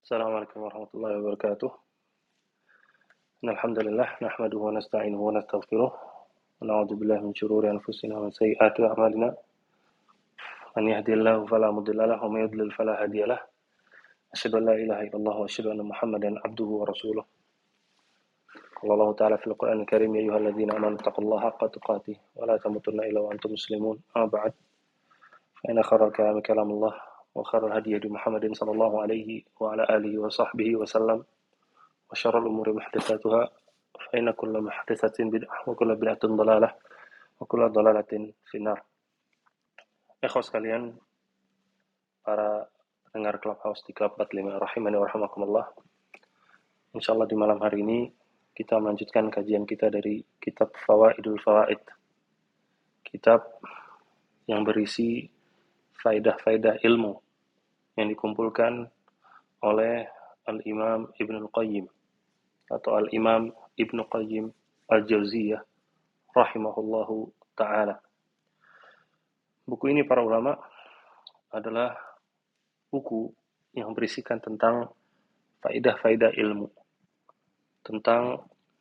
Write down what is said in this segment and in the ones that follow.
Assalamualaikum warahmatullahi wabarakatuh. Alhamdulillah nahmaduhu wa nasta'inuhu wa nastaghfiruh wa na'udzu billahi min shururi anfusina wa min sayyiati a'malina. Man yahdihillahu fala mudilla lahu wa may yudlil fala hadiyalah. Asyhadu an la ilaha illallah wa asyhadu anna Muhammadan abduhu wa rasuluh. Qala Allah ta'ala fil Qur'anil Karim ya ayyuhalladzina amanu taqullaha haqqa tuqatih wa la tamutunna illa wa antum muslimun. Amma ba'd. Fa inna khairal kalami kalamullah wa khairal hadyi hadi Muhammadin sallallahu alaihi wa ala alihi wa sahbihi wa sallam. وشر الأمور محدثاتها فإن كل محدثة بدعة وكل بدعة ضلالة وكل ضلالة في النار. Ikhwas sekalian, para pendengar Clubhouse di Club 45 rahimani wa rahimakumullah. Insyaallah di malam hari ini kita melanjutkan kajian kita dari kitab Fawaidul Fawaid. Kitab yang berisi faidah-faidah ilmu yang dikumpulkan oleh Al-Imam Ibnul Qayyim atau Al-Imam Ibnu Qayyim Al-Jauziyah rahimahullahu ta'ala. Buku ini para ulama adalah buku yang berisikan tentang faidah-faidah ilmu, tentang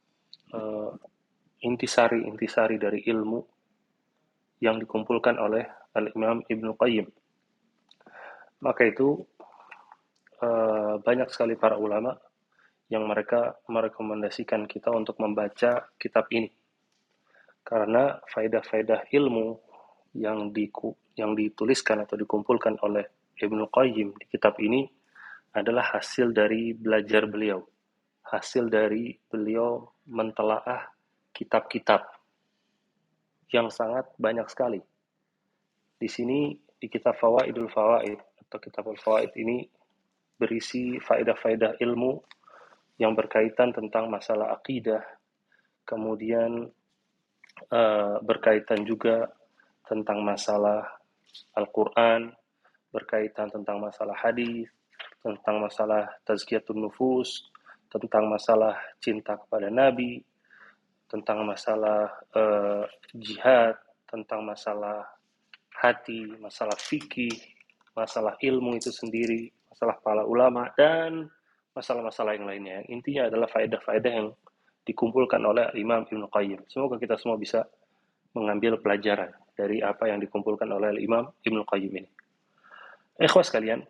intisari-intisari dari ilmu yang dikumpulkan oleh Al-Imam Ibnu Qayyim. Maka itu banyak sekali para ulama yang mereka merekomendasikan kita untuk membaca kitab ini. Karena faedah-faedah ilmu yang dituliskan atau dikumpulkan oleh Ibnu Qayyim di kitab ini adalah hasil dari belajar beliau. Hasil dari beliau mentelaah kitab-kitab yang sangat banyak sekali. Di sini di kitab Fawaidul Fawaid atau Kitabul Fawaid ini berisi faedah-faedah ilmu yang berkaitan tentang masalah akidah, kemudian berkaitan juga tentang masalah Al-Quran, berkaitan tentang masalah hadis, tentang masalah tazkiyatun nufus, tentang masalah cinta kepada Nabi, tentang masalah jihad, tentang masalah hati, masalah fikih, masalah ilmu itu sendiri, masalah para ulama, dan masalah-masalah yang lainnya. Intinya adalah faedah-faedah yang dikumpulkan oleh Imam Ibnu Qayyim. Semoga kita semua bisa mengambil pelajaran dari apa yang dikumpulkan oleh Imam Ibnu Qayyim ini. Ikhwas sekalian,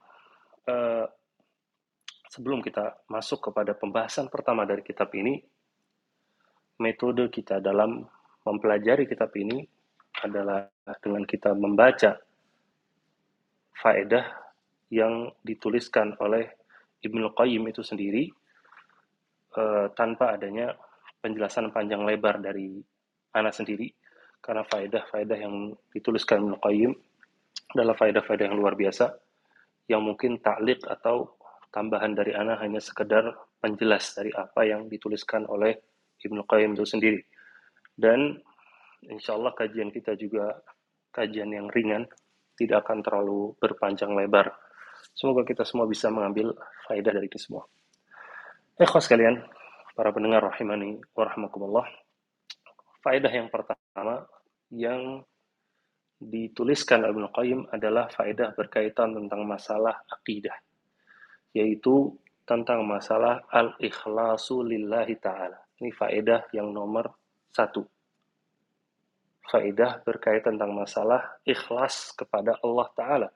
sebelum kita masuk kepada pembahasan pertama dari kitab ini, metode kita dalam mempelajari kitab ini adalah dengan kita membaca faedah yang dituliskan oleh Ibnu Qayyim itu sendiri tanpa adanya penjelasan panjang lebar dari ana sendiri, karena faedah-faedah yang dituliskan Ibnu Qayyim adalah faedah-faedah yang luar biasa yang mungkin taklik atau tambahan dari ana hanya sekedar penjelas dari apa yang dituliskan oleh Ibnu Qayyim itu sendiri. Dan insyaallah kajian kita juga kajian yang ringan, tidak akan terlalu berpanjang lebar. Semoga kita semua bisa mengambil faedah dari itu semua. Ikhwas sekalian, para pendengar rahimani wa rahmakumullah. Faedah yang pertama yang dituliskan Ibnu Qayyim adalah faedah berkaitan tentang masalah akidah, yaitu tentang masalah al-ikhlasu lillahi ta'ala. Ini faedah yang nomor 1. Faedah berkaitan tentang masalah ikhlas kepada Allah Ta'ala.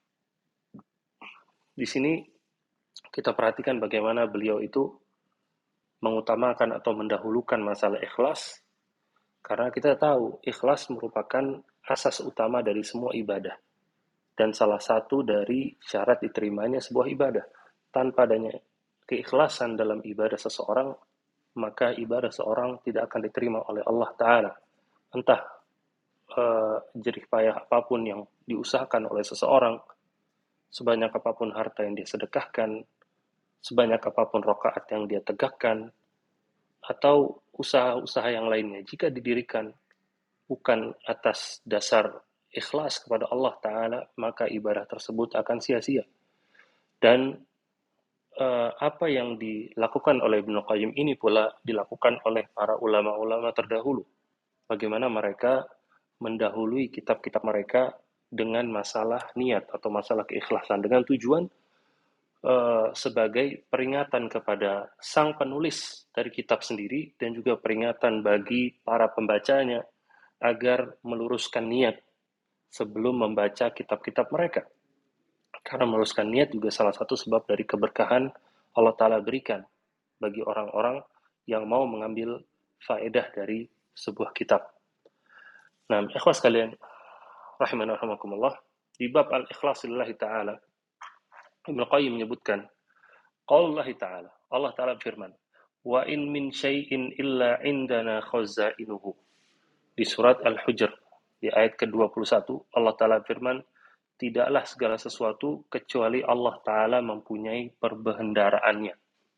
Di sini kita perhatikan bagaimana beliau itu mengutamakan atau mendahulukan masalah ikhlas, karena kita tahu ikhlas merupakan asas utama dari semua ibadah dan salah satu dari syarat diterimanya sebuah ibadah. Tanpa adanya keikhlasan dalam ibadah seseorang, maka ibadah seorang tidak akan diterima oleh Allah Ta'ala. Entah jerih payah apapun yang diusahakan oleh seseorang, sebanyak apapun harta yang dia sedekahkan, sebanyak apapun rakaat yang dia tegakkan, atau usaha-usaha yang lainnya, jika didirikan bukan atas dasar ikhlas kepada Allah Ta'ala, maka ibadah tersebut akan sia-sia. Dan apa yang dilakukan oleh Ibnu Qayyim ini pula dilakukan oleh para ulama-ulama terdahulu. Bagaimana mereka mendahului kitab-kitab mereka dengan masalah niat atau masalah keikhlasan, dengan tujuan sebagai peringatan kepada sang penulis dari kitab sendiri dan juga peringatan bagi para pembacanya agar meluruskan niat sebelum membaca kitab-kitab mereka. Karena meluruskan niat juga salah satu sebab dari keberkahan Allah Ta'ala berikan bagi orang-orang yang mau mengambil faedah dari sebuah kitab. Nah, ikhwas sekalian, rahimana rahimakumullah, di bab al-ikhlas lillahi ta'ala, Ibnu Qayyim menyebutkan, qaulullahi ta'ala, Allah Ta'ala firman, wa in min syai'in illa indana khazainuhu. Di surat Al-Hujr, di ayat ke-21, Allah Ta'ala firman, tidaklah segala sesuatu kecuali Allah Ta'ala mempunyai perbendaharaan.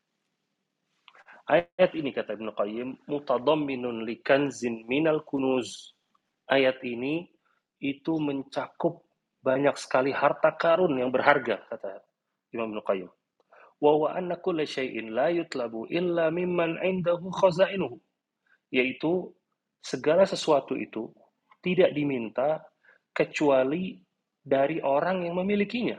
Ayat ini, kata Ibnu Qayyim, mutadamminun likanzin minal kunuz. Ayat ini itu mencakup banyak sekali harta karun yang berharga, kata Imam Ibnu Qayyim. Wa wa anna kulla syai'in la yutlabu illa mimman indahu khazainuhu. Yaitu segala sesuatu itu tidak diminta kecuali dari orang yang memilikinya.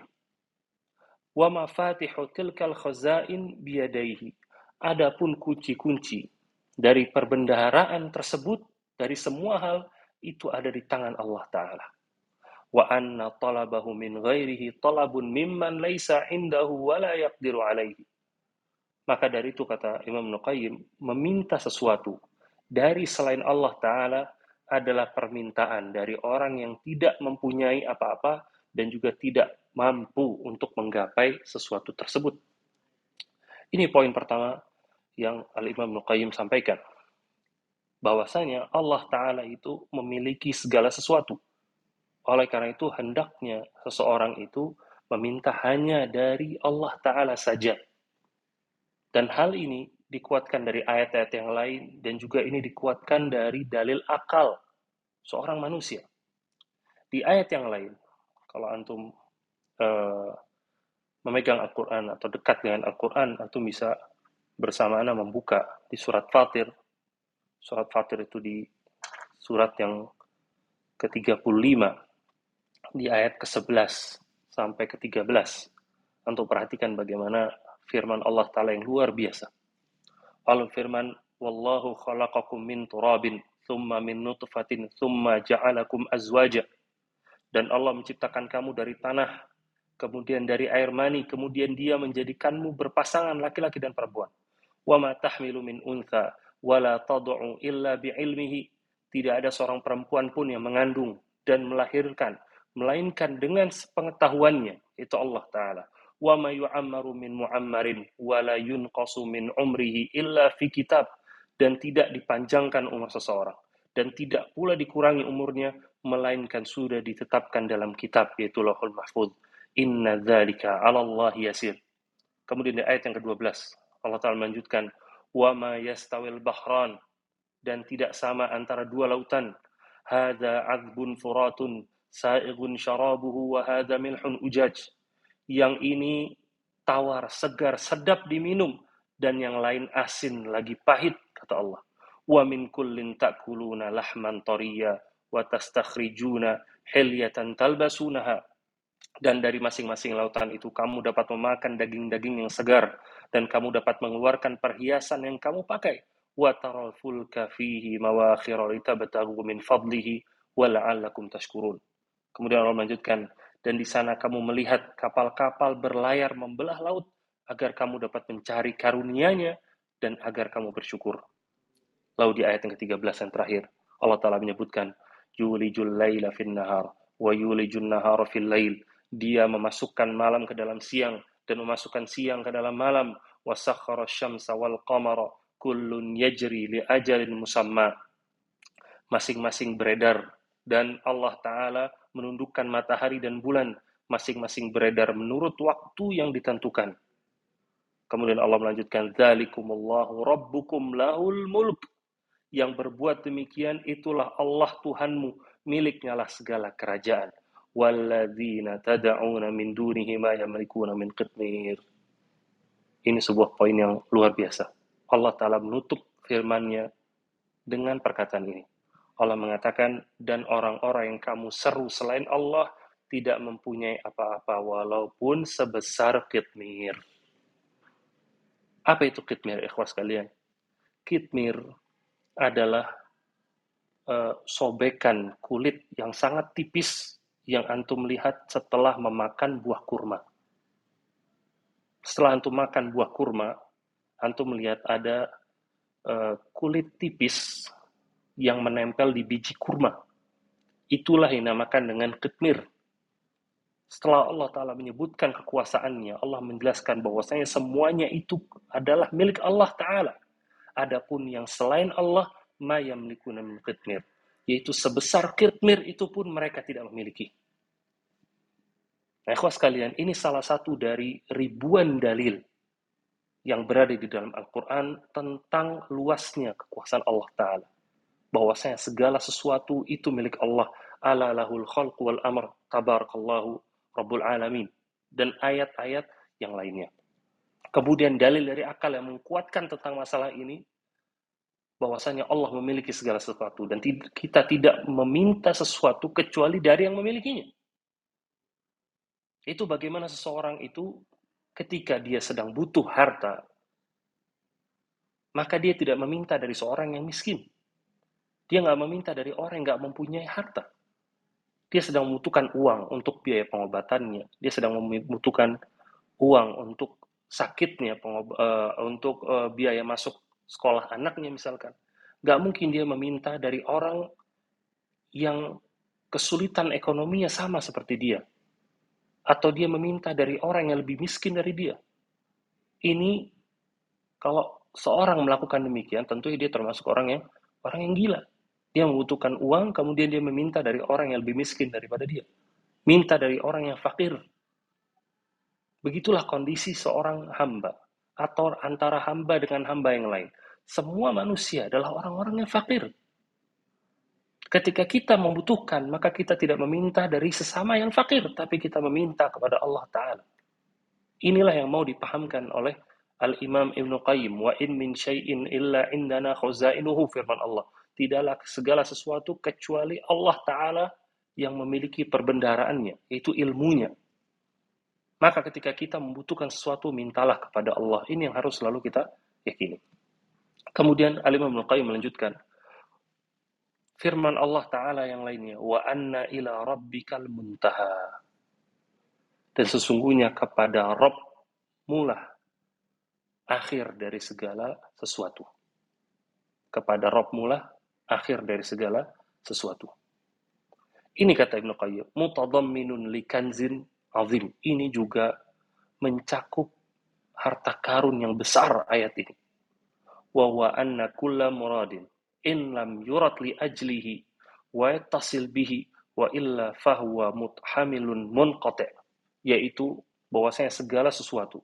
Wa mafatihu tilkal khazain biyadaihi. Adapun kunci-kunci dari perbendaharaan tersebut, dari semua hal, itu ada di tangan Allah Ta'ala. Wa anna talabahu min ghairihi talabun mimman laysa indahu wa la yaqdiru alaihi. Maka dari itu, kata Imam Ibnu Qayyim, meminta sesuatu dari selain Allah Ta'ala adalah permintaan dari orang yang tidak mempunyai apa-apa dan juga tidak mampu untuk menggapai sesuatu tersebut. Ini poin pertama yang Al-Imam Ibnu Qayyim sampaikan. Bahwasanya Allah Ta'ala itu memiliki segala sesuatu. Oleh karena itu, hendaknya seseorang itu meminta hanya dari Allah Ta'ala saja. Dan hal ini dikuatkan dari ayat-ayat yang lain, dan juga ini dikuatkan dari dalil akal seorang manusia. Di ayat yang lain, kalau antum memegang Al-Quran atau dekat dengan Al-Quran, antum bisa bersamaan membuka di surat Fatir. Surat Fatir itu di surat yang ke-35, di ayat ke-11 sampai ke-13. Antum perhatikan bagaimana firman Allah Ta'ala yang luar biasa. Allah firman, wallahu khalaqakum min turabin, thumma min nutfatin, thumma ja'alakum azwaja. Dan Allah menciptakan kamu dari tanah, kemudian dari air mani, kemudian dia menjadikanmu berpasangan laki-laki dan perempuan. Wa ma tahmilu min untha, wa la tad'u illa bi'ilmihi. Tidak ada seorang perempuan pun yang mengandung dan melahirkan, melainkan dengan sepengetahuannya, itu Allah Ta'ala. Wa ma yu'ammaru min mu'ammarin, wa la yunqasu min umrihi illa fi kitab. Dan tidak dipanjangkan umur seseorang, dan tidak pula dikurangi umurnya, melainkan sudah ditetapkan dalam kitab, yaitu Lauhul Mahfuz. Inna dzalika 'ala Allah yasir. Kemudian di ayat yang ke-12, Allah Ta'ala melanjutkan, wa ma yastawil bahran, dan tidak sama antara dua lautan, hadza 'adzbun furatun sa'ighun syarabuhu wa hadza milhun ujaj. Yang ini tawar, segar, sedap diminum, dan yang lain asin lagi pahit, kata Allah. Wa min kullin ta'kuluna lahman tariya wa tastakhrijuna hilyatan talbasunaha. Dan dari masing-masing lautan itu kamu dapat memakan daging-daging yang segar, dan kamu dapat mengeluarkan perhiasan yang kamu pakai. Wa taral fulka fihi mawakhira litabtaghu min fadlihi wa la'allakum tashkurun. Kemudian Allah melanjutkan, dan di sana kamu melihat kapal-kapal berlayar membelah laut agar kamu dapat mencari karunia-Nya dan agar kamu bersyukur. Lalu di ayat yang ke-13 yang terakhir, Allah Ta'ala menyebutkan, yulijul laila fin nahar wa yulijun nahara fil lail. Dia memasukkan malam ke dalam siang dan memasukkan siang ke dalam malam. Wa sakhkhara syamsa wal qamara kullun yajri li ajalin musamma. Masing-masing beredar, dan Allah Ta'ala menundukkan matahari dan bulan, masing-masing beredar menurut waktu yang ditentukan. Kemudian Allah melanjutkan, dzalikumullahu rabbukum lahul mulk. Yang berbuat demikian itulah Allah Tuhanmu, miliknya lah segala kerajaan. Walladzina tad'una min dunihi ma yamlikuna min qitmir. Ini sebuah poin yang luar biasa. Allah Ta'ala menutup firman-Nya dengan perkataan ini. Allah mengatakan, dan orang-orang yang kamu seru selain Allah tidak mempunyai apa-apa walaupun sebesar kitmir. Apa itu kitmir, ikhwas kalian? Kitmir adalah sobekan kulit yang sangat tipis yang antum lihat setelah memakan buah kurma. Setelah antum makan buah kurma, antum melihat ada kulit tipis yang menempel di biji kurma. Itulah yang dinamakan dengan kitmir. Setelah Allah Ta'ala menyebutkan kekuasaannya, Allah menjelaskan bahwasanya semuanya itu adalah milik Allah Ta'ala. Adapun yang selain Allah, ma yamlikuna min qitmir, yaitu sebesar qitmir itu pun mereka tidak memiliki. Nah, ikhwas sekalian, ini salah satu dari ribuan dalil yang berada di dalam Al-Quran tentang luasnya kekuasaan Allah Ta'ala. Bahwasanya segala sesuatu itu milik Allah. Ala lahul khalq wal amr, tabarakallahu rabbul alamin. Dan ayat-ayat yang lainnya. Kemudian dalil dari akal yang menguatkan tentang masalah ini, bahwasanya Allah memiliki segala sesuatu dan kita tidak meminta sesuatu kecuali dari yang memilikinya. Itu bagaimana seseorang itu ketika dia sedang butuh harta, maka dia tidak meminta dari seorang yang miskin. Dia nggak meminta dari orang yang nggak mempunyai harta. Dia sedang membutuhkan uang untuk biaya pengobatannya. Dia sedang membutuhkan uang untuk sakitnya, untuk biaya masuk sekolah anaknya misalkan. Nggak mungkin dia meminta dari orang yang kesulitan ekonominya sama seperti dia. Atau dia meminta dari orang yang lebih miskin dari dia. Ini kalau seorang melakukan demikian, tentu dia termasuk orang yang gila. Dia membutuhkan uang, kemudian dia meminta dari orang yang lebih miskin daripada dia. Minta dari orang yang fakir. Begitulah kondisi seorang hamba. Atau antara hamba dengan hamba yang lain. Semua manusia adalah orang-orang yang fakir. Ketika kita membutuhkan, maka kita tidak meminta dari sesama yang fakir, tapi kita meminta kepada Allah Ta'ala. Inilah yang mau dipahamkan oleh Al-Imam Ibn Qayyim. Wa in min syai'in illa indana khuzainuhu, firman Allah. Tidaklah segala sesuatu kecuali Allah Ta'ala yang memiliki perbendaharaannya, yaitu ilmunya. Maka ketika kita membutuhkan sesuatu, mintalah kepada Allah. Ini yang harus selalu kita yakini. Kemudian Al-Imam Ibn Qayyim melanjutkan, firman Allah Ta'ala yang lainnya, wa anna ila rabbikal muntaha. Dan sesungguhnya kepada Rabb-mu lah akhir dari segala sesuatu. Kepada Rabb-mu lah akhir dari segala sesuatu. Ini kata Ibnu Qayyim, mutadamminun likanzin azim. Ini juga mencakup harta karun yang besar ayat ini. Wa wa anna kulla muradin in lam yurad li ajlihi wa yattasil bihi wa illa fahuwa muthamilun munqati'. Yaitu bahwasanya segala sesuatu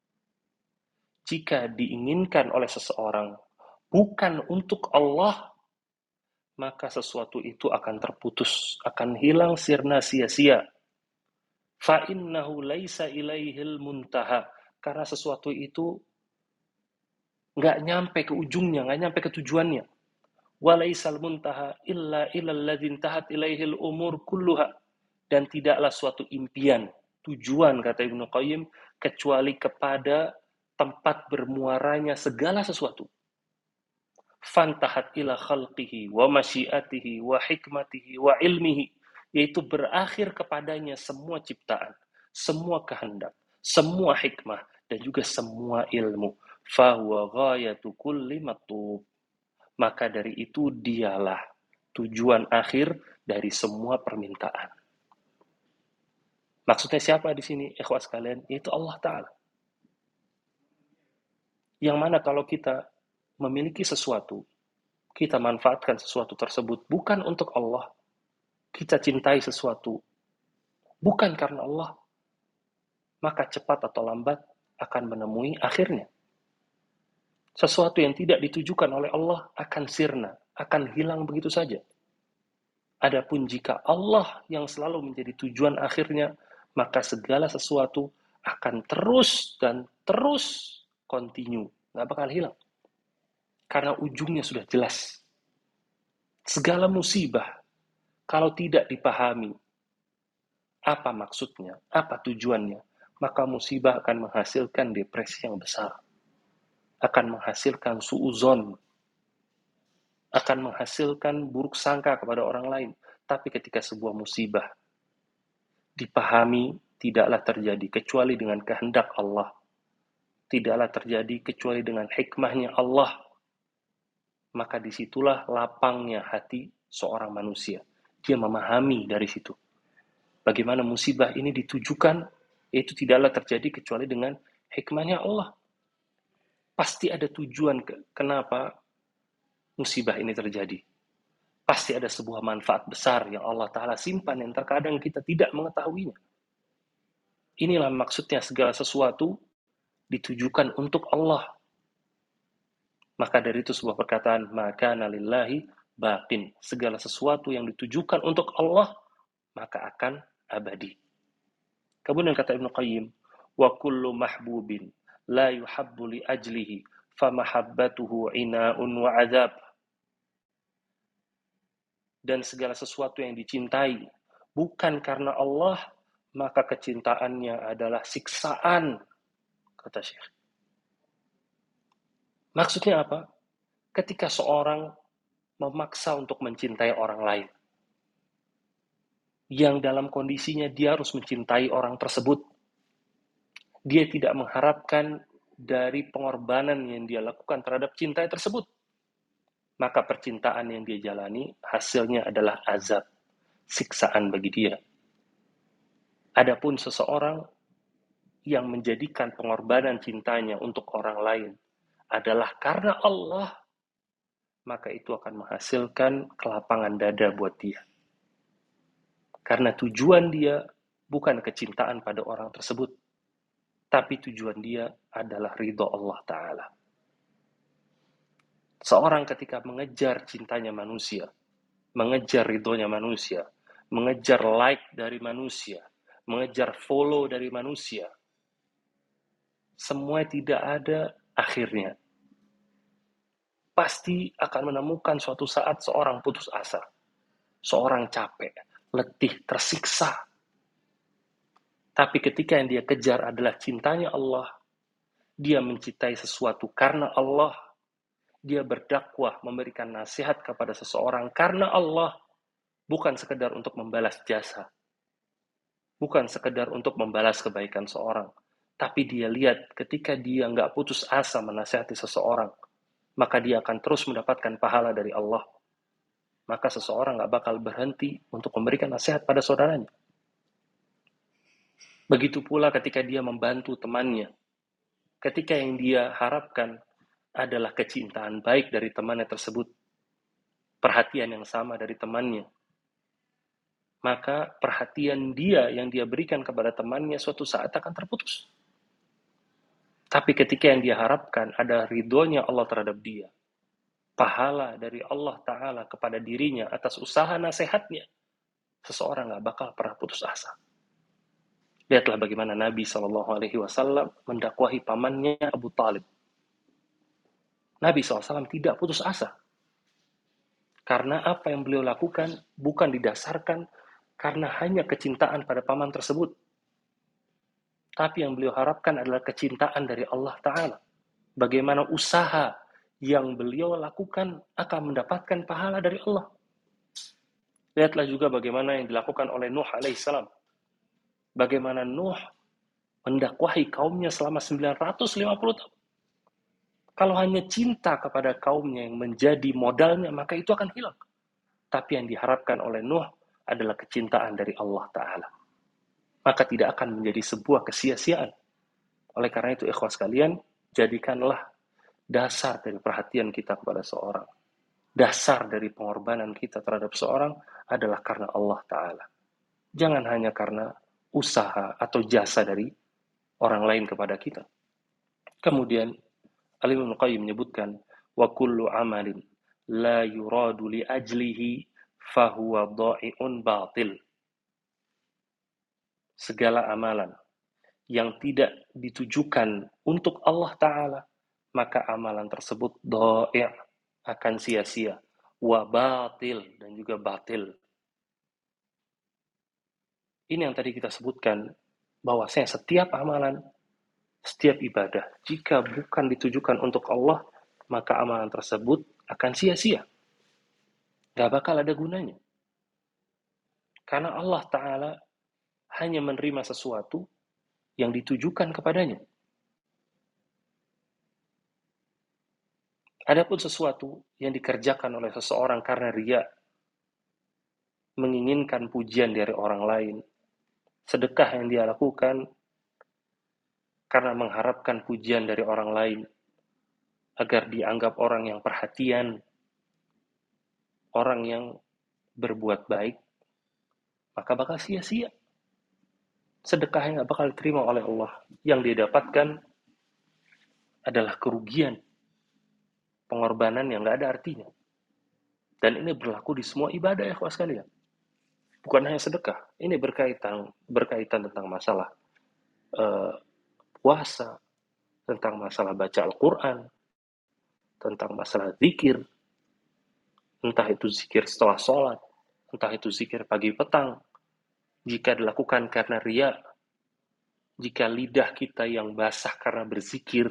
jika diinginkan oleh seseorang bukan untuk Allah, maka sesuatu itu akan terputus, akan hilang sirna sia-sia. Fa innahu laisa ilaihil muntaha, karena sesuatu itu nggak nyampe ke ujungnya, nggak nyampe ke tujuannya. Walaisal muntaha illa ilal ladzi intahat ilaihil umur kulluha, dan tidaklah suatu impian, tujuan kata Ibnu Qayyim kecuali kepada tempat bermuaranya segala sesuatu. Fantahat ila khalqihi wa masyiatihi wa hikmatihi wa ilmihi, yaitu berakhir kepadanya semua ciptaan, semua kehendak, semua hikmah, dan juga semua ilmu. Fahuwa ghayatu kulli matlub. Maka dari itu dialah tujuan akhir dari semua permintaan. Maksudnya siapa di sini, ikhwas kalian? Yaitu Allah Ta'ala. Yang mana kalau kita memiliki sesuatu, kita manfaatkan sesuatu tersebut bukan untuk Allah, kita cintai sesuatu bukan karena Allah, maka cepat atau lambat akan menemui akhirnya. Sesuatu yang tidak ditujukan oleh Allah akan sirna, akan hilang begitu saja. Adapun jika Allah yang selalu menjadi tujuan akhirnya, maka segala sesuatu akan terus dan terus continue, nggak bakal hilang. Karena ujungnya sudah jelas. Segala musibah, kalau tidak dipahami, apa maksudnya, apa tujuannya, maka musibah akan menghasilkan depresi yang besar, akan menghasilkan suuzon, akan menghasilkan buruk sangka kepada orang lain. Tapi ketika sebuah musibah dipahami tidaklah terjadi kecuali dengan kehendak Allah, tidaklah terjadi kecuali dengan hikmahnya Allah, maka disitulah lapangnya hati seorang manusia. Dia memahami dari situ bagaimana musibah ini ditujukan, itu tidaklah terjadi kecuali dengan hikmahnya Allah. Pasti ada tujuan kenapa musibah ini terjadi. Pasti ada sebuah manfaat besar yang Allah Ta'ala simpan yang terkadang kita tidak mengetahuinya. Inilah maksudnya segala sesuatu ditujukan untuk Allah. Maka dari itu sebuah perkataan, maka nalillahi baqin. Segala sesuatu yang ditujukan untuk Allah, maka akan abadi. Kemudian kata Ibnu Qayyim, wa kullu mahbubin la yuhabbu li ajlihi famahabbatuhu ina'un wa azab. Dan segala sesuatu yang dicintai bukan karena Allah, maka kecintaannya adalah siksaan, kata Syekh. Maksudnya apa? Ketika seorang memaksa untuk mencintai orang lain, yang dalam kondisinya dia harus mencintai orang tersebut, dia tidak mengharapkan dari pengorbanan yang dia lakukan terhadap cinta tersebut, maka percintaan yang dia jalani hasilnya adalah azab, siksaan bagi dia. Adapun seseorang yang menjadikan pengorbanan cintanya untuk orang lain adalah karena Allah, maka itu akan menghasilkan kelapangan dada buat dia. Karena tujuan dia bukan kecintaan pada orang tersebut, tapi tujuan dia adalah ridho Allah Ta'ala. Seorang ketika mengejar cintanya manusia, mengejar ridhonya manusia, mengejar like dari manusia, mengejar follow dari manusia, semua tidak ada akhirnya. Pasti akan menemukan suatu saat seorang putus asa, seorang capek, letih, tersiksa. Tapi ketika yang dia kejar adalah cintanya Allah, dia mencintai sesuatu karena Allah, dia berdakwah, memberikan nasihat kepada seseorang karena Allah, bukan sekedar untuk membalas jasa, bukan sekedar untuk membalas kebaikan seorang, tapi dia lihat ketika dia nggak putus asa menasihati seseorang, maka dia akan terus mendapatkan pahala dari Allah. Maka seseorang nggak bakal berhenti untuk memberikan nasihat pada saudaranya. Begitu pula ketika dia membantu temannya, ketika yang dia harapkan adalah kecintaan baik dari temannya tersebut, perhatian yang sama dari temannya, maka perhatian dia yang dia berikan kepada temannya suatu saat akan terputus. Tapi ketika yang dia harapkan adalah ridhonya Allah terhadap dia, pahala dari Allah Ta'ala kepada dirinya atas usaha nasihatnya, seseorang gak bakal pernah putus asa. Lihatlah bagaimana Nabi SAW mendakwahi pamannya Abu Talib. Nabi SAW tidak putus asa. Karena apa yang beliau lakukan bukan didasarkan karena hanya kecintaan pada paman tersebut. Tapi yang beliau harapkan adalah kecintaan dari Allah Ta'ala. Bagaimana usaha yang beliau lakukan akan mendapatkan pahala dari Allah. Lihatlah juga bagaimana yang dilakukan oleh Nuh alaihissalam. Bagaimana Nuh mendakwahi kaumnya selama 950 tahun. Kalau hanya cinta kepada kaumnya yang menjadi modalnya, maka itu akan hilang. Tapi yang diharapkan oleh Nuh adalah kecintaan dari Allah Ta'ala. Maka tidak akan menjadi sebuah kesia-siaan. Oleh karena itu, ikhwas sekalian, jadikanlah dasar dari perhatian kita kepada seorang, dasar dari pengorbanan kita terhadap seorang adalah karena Allah Ta'ala. Jangan hanya karena usaha atau jasa dari orang lain kepada kita. Kemudian Al-Imam Al-Qayyim menyebutkan, wa kullu amalin la yuradu li ajlihi fahuwa dha'i'un batil. Segala amalan yang tidak ditujukan untuk Allah Ta'ala, maka amalan tersebut dha'i', akan sia-sia, wa batil, dan juga batil. Ini yang tadi kita sebutkan, bahwasanya setiap amalan, setiap ibadah, jika bukan ditujukan untuk Allah, maka amalan tersebut akan sia-sia. Gak bakal ada gunanya. Karena Allah Ta'ala hanya menerima sesuatu yang ditujukan kepadanya. Adapun sesuatu yang dikerjakan oleh seseorang karena riya, menginginkan pujian dari orang lain, sedekah yang dia lakukan karena mengharapkan pujian dari orang lain, agar dianggap orang yang perhatian, orang yang berbuat baik, maka bakal sia-sia. Sedekahnya nggak bakal diterima oleh Allah. Yang dia dapatkan adalah kerugian, pengorbanan yang nggak ada artinya. Dan ini berlaku di semua ibadah ya kawan sekalian. Bukan hanya sedekah. Ini berkaitan tentang masalah uh, puasa, tentang masalah baca Al-Quran, tentang masalah zikir, entah itu zikir setelah sholat, entah itu zikir pagi petang. Jika dilakukan karena riya, jika lidah kita yang basah karena berzikir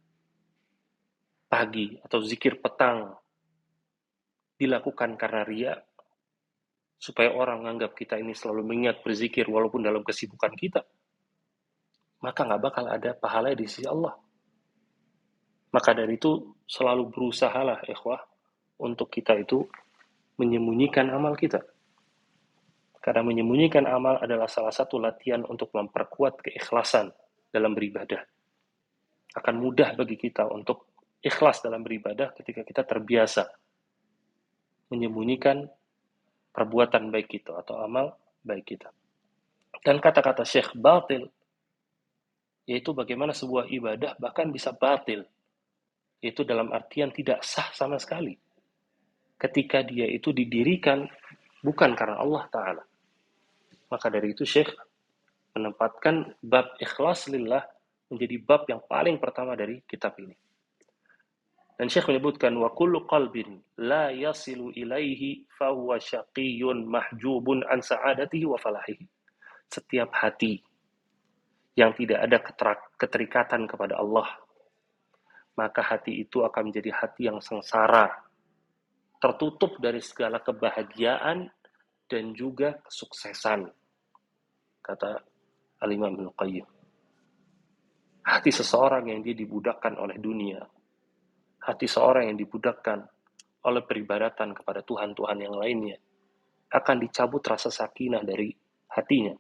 pagi atau zikir petang dilakukan karena riya, supaya orang menganggap kita ini selalu mengingat berzikir walaupun dalam kesibukan kita, maka nggak bakal ada pahala di sisi Allah. Maka dari itu selalu berusahalah ikhwah untuk kita itu menyembunyikan amal kita. Karena menyembunyikan amal adalah salah satu latihan untuk memperkuat keikhlasan dalam beribadah. Akan mudah bagi kita untuk ikhlas dalam beribadah ketika kita terbiasa menyembunyikan perbuatan baik kita atau amal baik kita. Dan kata-kata Syekh batil, yaitu bagaimana sebuah ibadah bahkan bisa batil, yaitu dalam artian tidak sah sama sekali ketika dia itu didirikan bukan karena Allah Ta'ala. Maka dari itu Syekh menempatkan bab ikhlas lillah menjadi bab yang paling pertama dari kitab ini. Dan Syekh menyebutkan wa kullu qalbin la yasilu ilaihi fa huwa syaqiyyun mahjubun an sa'adatihi wa falahihi. Setiap hati yang tidak ada keterikatan kepada Allah, maka hati itu akan menjadi hati yang sengsara, tertutup dari segala kebahagiaan dan juga kesuksesan, kata Al-Imam Ibnu Qayyim. Hati seseorang yang dia dibudakkan oleh dunia, hati seorang yang dibudakkan oleh peribadatan kepada Tuhan-Tuhan yang lainnya, akan dicabut rasa sakinah dari hatinya.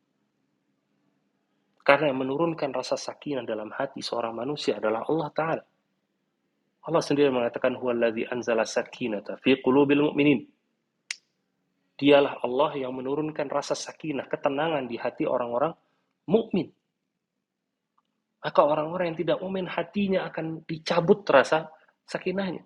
Karena yang menurunkan rasa sakinah dalam hati seorang manusia adalah Allah Ta'ala. Allah sendiri mengatakan huwallazi anzala sakinata fi qulubil mu'minin. Dialah Allah yang menurunkan rasa sakinah, ketenangan di hati orang-orang mukmin. Maka orang-orang yang tidak mukmin hatinya akan dicabut rasa sakinahnya.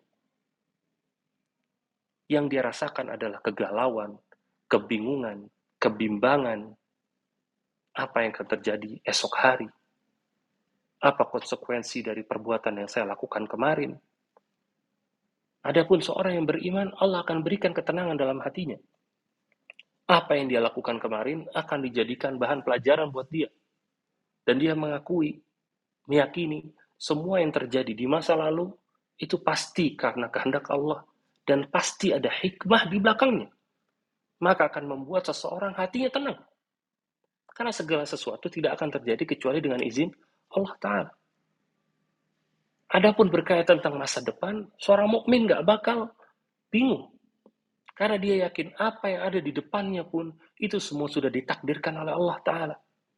Yang dia rasakan adalah kegalauan, kebingungan, kebimbangan. Apa yang akan terjadi esok hari? Apa konsekuensi dari perbuatan yang saya lakukan kemarin? Adapun seorang yang beriman, Allah akan berikan ketenangan dalam hatinya. Apa yang dia lakukan kemarin akan dijadikan bahan pelajaran buat dia. Dan dia mengakui, meyakini, semua yang terjadi di masa lalu itu pasti karena kehendak Allah. Dan pasti ada hikmah di belakangnya. Maka akan membuat seseorang hatinya tenang. Karena segala sesuatu tidak akan terjadi kecuali dengan izin Allah Ta'ala. Adapun berkaitan tentang masa depan, seorang mukmin gak bakal bingung. Karena dia yakin apa yang ada di depannya pun, itu semua sudah ditakdirkan oleh Allah Ta'ala.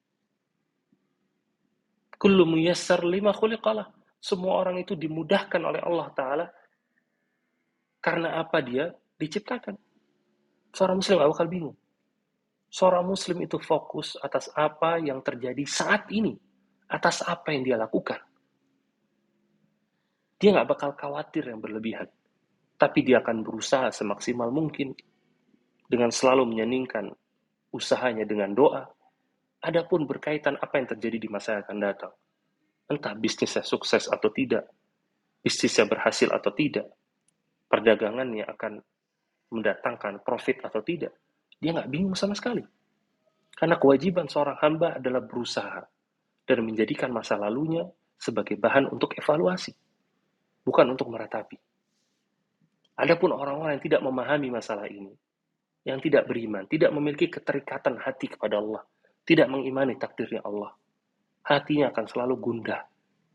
Kullu muyassar lima khuliqalah. Semua orang itu dimudahkan oleh Allah Ta'ala. Karena apa dia diciptakan. Seorang muslim gak bakal bingung. Seorang muslim itu fokus atas apa yang terjadi saat ini. Atas apa yang dia lakukan. Dia gak bakal khawatir yang berlebihan. Tapi dia akan berusaha semaksimal mungkin dengan selalu menyenangkan usahanya dengan doa. Adapun berkaitan apa yang terjadi di masa yang akan datang, entah bisnisnya sukses atau tidak, bisnisnya berhasil atau tidak, perdagangannya akan mendatangkan profit atau tidak, dia nggak bingung sama sekali. Karena kewajiban seorang hamba adalah berusaha dan menjadikan masa lalunya sebagai bahan untuk evaluasi, bukan untuk meratapi. Adapun orang-orang yang tidak memahami masalah ini, yang tidak beriman, tidak memiliki keterikatan hati kepada Allah, tidak mengimani takdirnya Allah, hatinya akan selalu gundah,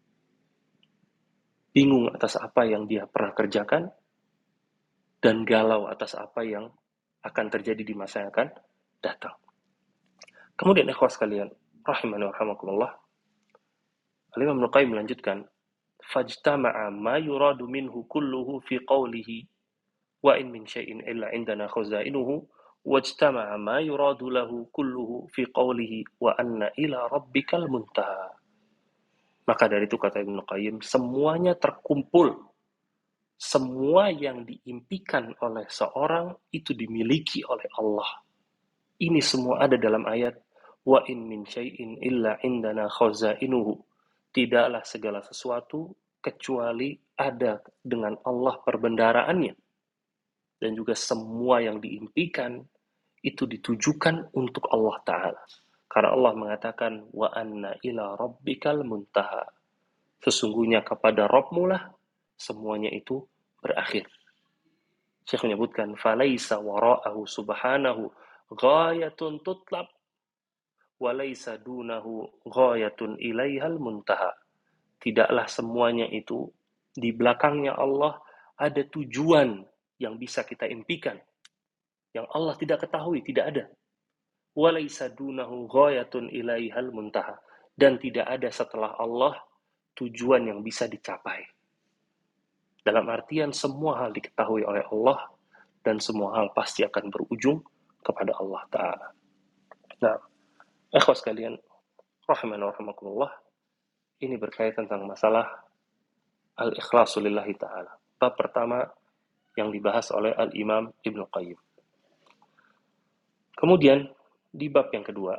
bingung atas apa yang dia pernah kerjakan, dan galau atas apa yang akan terjadi di masa yang akan datang. Kemudian ikhwas sekalian, rahimani wa rahimakumullah, Al-Imam Ibnu Qayyim melanjutkan, fajtama'a ma yuradu minhu kulluhu fi qawlihi wa in min syai'in illa indana khazainuhu wajtama'a ma yuradu lahu kulluhu fi qawlihi wa anna ila rabbikal muntaha. Maka dari itu kata Ibnu Qayyim, semuanya terkumpul. Semua yang diimpikan oleh seorang itu dimiliki oleh Allah. Ini semua ada dalam ayat wa in min syai'in illa indana khazainuhu. Tidaklah segala sesuatu kecuali ada dengan Allah perbendaharaannya. Dan juga semua yang diimpikan itu ditujukan untuk Allah Ta'ala. Karena Allah mengatakan wa anna ila rabbikal muntaha. Sesungguhnya kepada Rabbmu lah semuanya itu berakhir. Syekh menyebutkan falaisa wara'ahu subhanahu ghayatun tutlab walaisa dunahu ghayatun ilaihal muntaha. Tidaklah semuanya itu di belakangnya Allah ada tujuan yang bisa kita impikan yang Allah tidak ketahui, tidak ada. Walaisa dunahu ghayatun ilaihal muntaha, dan tidak ada setelah Allah tujuan yang bisa dicapai. Dalam artian semua hal diketahui oleh Allah dan semua hal pasti akan berujung kepada Allah Ta'ala. Nah, ikhwas sekalian, rahimani wa rahimakumullah, ini berkaitan tentang masalah al-ikhlasu lillahi ta'ala. Bab pertama yang dibahas oleh Al-Imam Ibnu Qayyim. Kemudian, di bab yang kedua,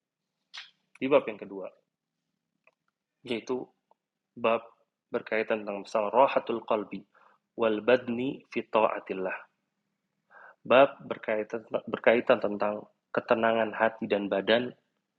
yaitu bab berkaitan tentang masalah rahatul qalbi wal badni fi ta'atillah. Bab berkaitan tentang ketenangan hati dan badan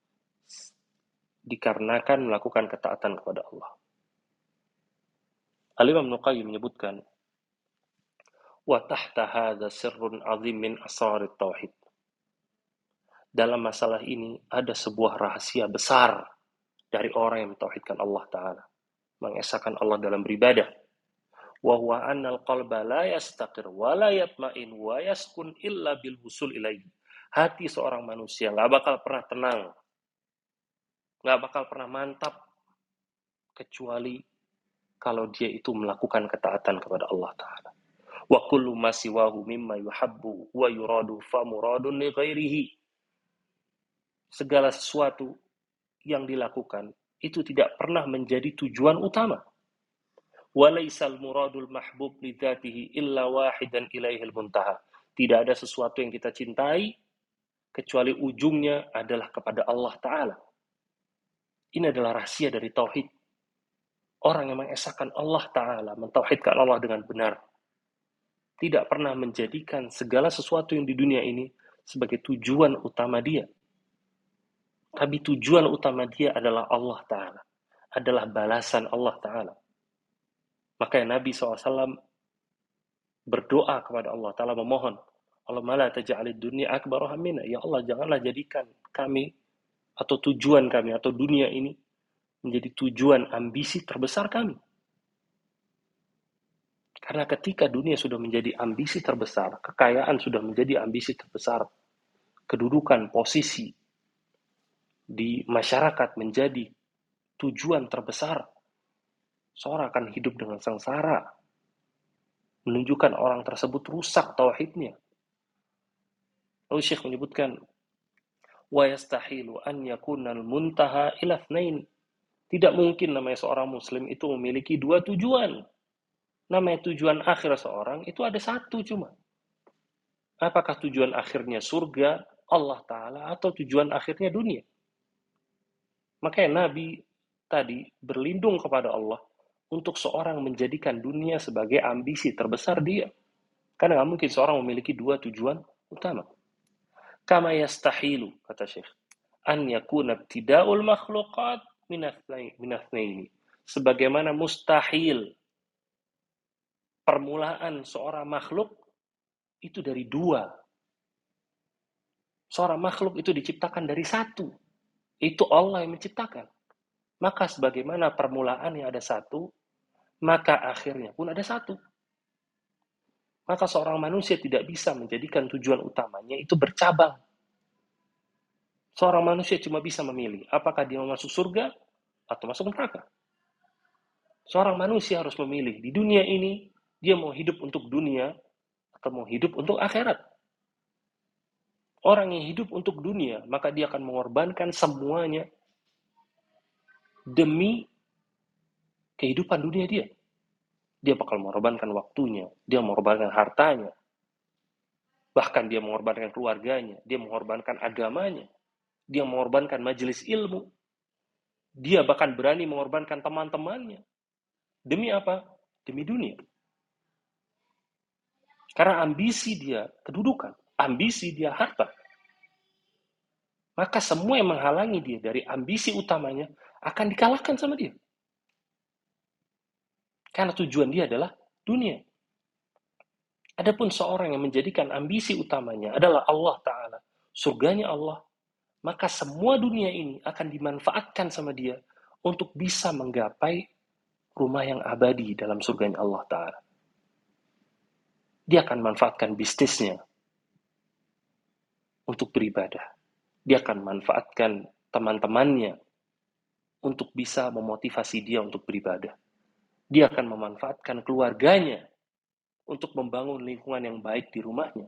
dikarenakan melakukan ketaatan kepada Allah. Al-Imam Ibnu Qayyim menyebutkan, wa tahta hadza sirrun 'azim min asrarit tauhid. Dalam masalah ini ada sebuah rahasia besar dari orang yang mentauhidkan Allah Ta'ala, mengesahkan Allah dalam beribadah. Wa huwa annal qalba la yastaqir wa la yatma'in wa yaskun illa bil wusul ilaihi. Hati seorang manusia nggak bakal pernah tenang, nggak bakal pernah mantap kecuali kalau dia itu melakukan ketaatan kepada Allah Ta'ala. Wa kullu ma siwahu mimma yuhabbu wa yuradu fa muradun li ghairihi. Segala sesuatu yang dilakukan itu tidak pernah menjadi tujuan utama. Walaisal muradul mahbub lidzatihi illa wahidan ilaihil muntaha. Tidak ada sesuatu yang kita cintai kecuali ujungnya adalah kepada Allah Ta'ala. Ini adalah rahasia dari tauhid. Orang yang mengesahkan Allah Ta'ala, mentauhidkan Allah dengan benar, tidak pernah menjadikan segala sesuatu yang di dunia ini sebagai tujuan utama dia. Tapi tujuan utama dia adalah Allah Ta'ala, adalah balasan Allah Ta'ala. Maka Nabi SAW berdoa kepada Allah Ta'ala, memohon, Allahumma la taj'alid dunya akbar hammina. Ya Allah, janganlah jadikan kami atau tujuan kami atau dunia ini menjadi tujuan ambisi terbesar kami. Karena ketika dunia sudah menjadi ambisi terbesar, kekayaan sudah menjadi ambisi terbesar, kedudukan, posisi di masyarakat menjadi tujuan terbesar, seorang akan hidup dengan sengsara, menunjukkan orang tersebut rusak tauhidnya. Lalu Syekh menyebutkan, wa yastahilu an yakuna al-muntaha ila itsnain. Tidak mungkin namanya seorang muslim itu memiliki dua tujuan. Namanya tujuan akhir seorang itu ada satu cuma. Apakah tujuan akhirnya surga Allah Ta'ala atau tujuan akhirnya dunia? Makanya Nabi tadi berlindung kepada Allah untuk seorang menjadikan dunia sebagai ambisi terbesar dia. Karena nggak mungkin seorang memiliki dua tujuan utama. Kama yastahilu, kata Syekh. an yakuna ibtida'ul makhluqat minatsnaini. Sebagaimana mustahil permulaan seorang makhluk itu dari dua. Seorang makhluk itu diciptakan dari satu. Itu Allah yang menciptakan. Maka sebagaimana permulaannya ada satu, maka akhirnya pun ada satu. Maka seorang manusia tidak bisa menjadikan tujuan utamanya itu bercabang. Seorang manusia cuma bisa memilih apakah dia mau masuk surga atau masuk neraka. Seorang manusia harus memilih di dunia ini dia mau hidup untuk dunia atau mau hidup untuk akhirat. Orang yang hidup untuk dunia, maka dia akan mengorbankan semuanya demi kehidupan dunia dia. Dia bakal mengorbankan waktunya, dia mengorbankan hartanya, bahkan dia mengorbankan keluarganya, dia mengorbankan agamanya, dia mengorbankan majelis ilmu, dia bahkan berani mengorbankan teman-temannya. Demi apa? Demi dunia. Karena ambisi dia kedudukan, ambisi dia harta. Maka semua yang menghalangi dia dari ambisi utamanya akan dikalahkan sama dia. Karena tujuan dia adalah dunia. Adapun seorang yang menjadikan ambisi utamanya adalah Allah Ta'ala, surganya Allah, maka semua dunia ini akan dimanfaatkan sama dia untuk bisa menggapai rumah yang abadi dalam surganya Allah Ta'ala. Dia akan manfaatkan bisnisnya untuk beribadah. Dia akan manfaatkan teman-temannya untuk bisa memotivasi dia untuk beribadah. Dia akan memanfaatkan keluarganya untuk membangun lingkungan yang baik di rumahnya.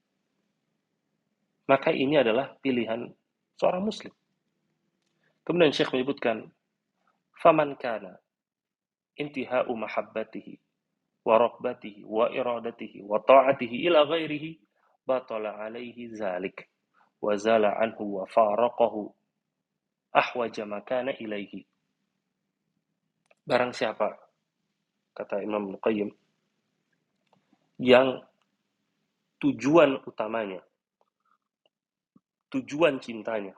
Maka ini adalah pilihan seorang muslim. Kemudian Syekh menyebutkan, faman kana intihau mahabbatihi wa raghbatihi wa iradatihi wa ta'atihi ila ghairihi batala alaihi zalik wa zala anhu wa faraqahu ahwaja makana ilaihi. Barang siapa, kata Imam Al-Qayyim, yang tujuan utamanya, tujuan cintanya,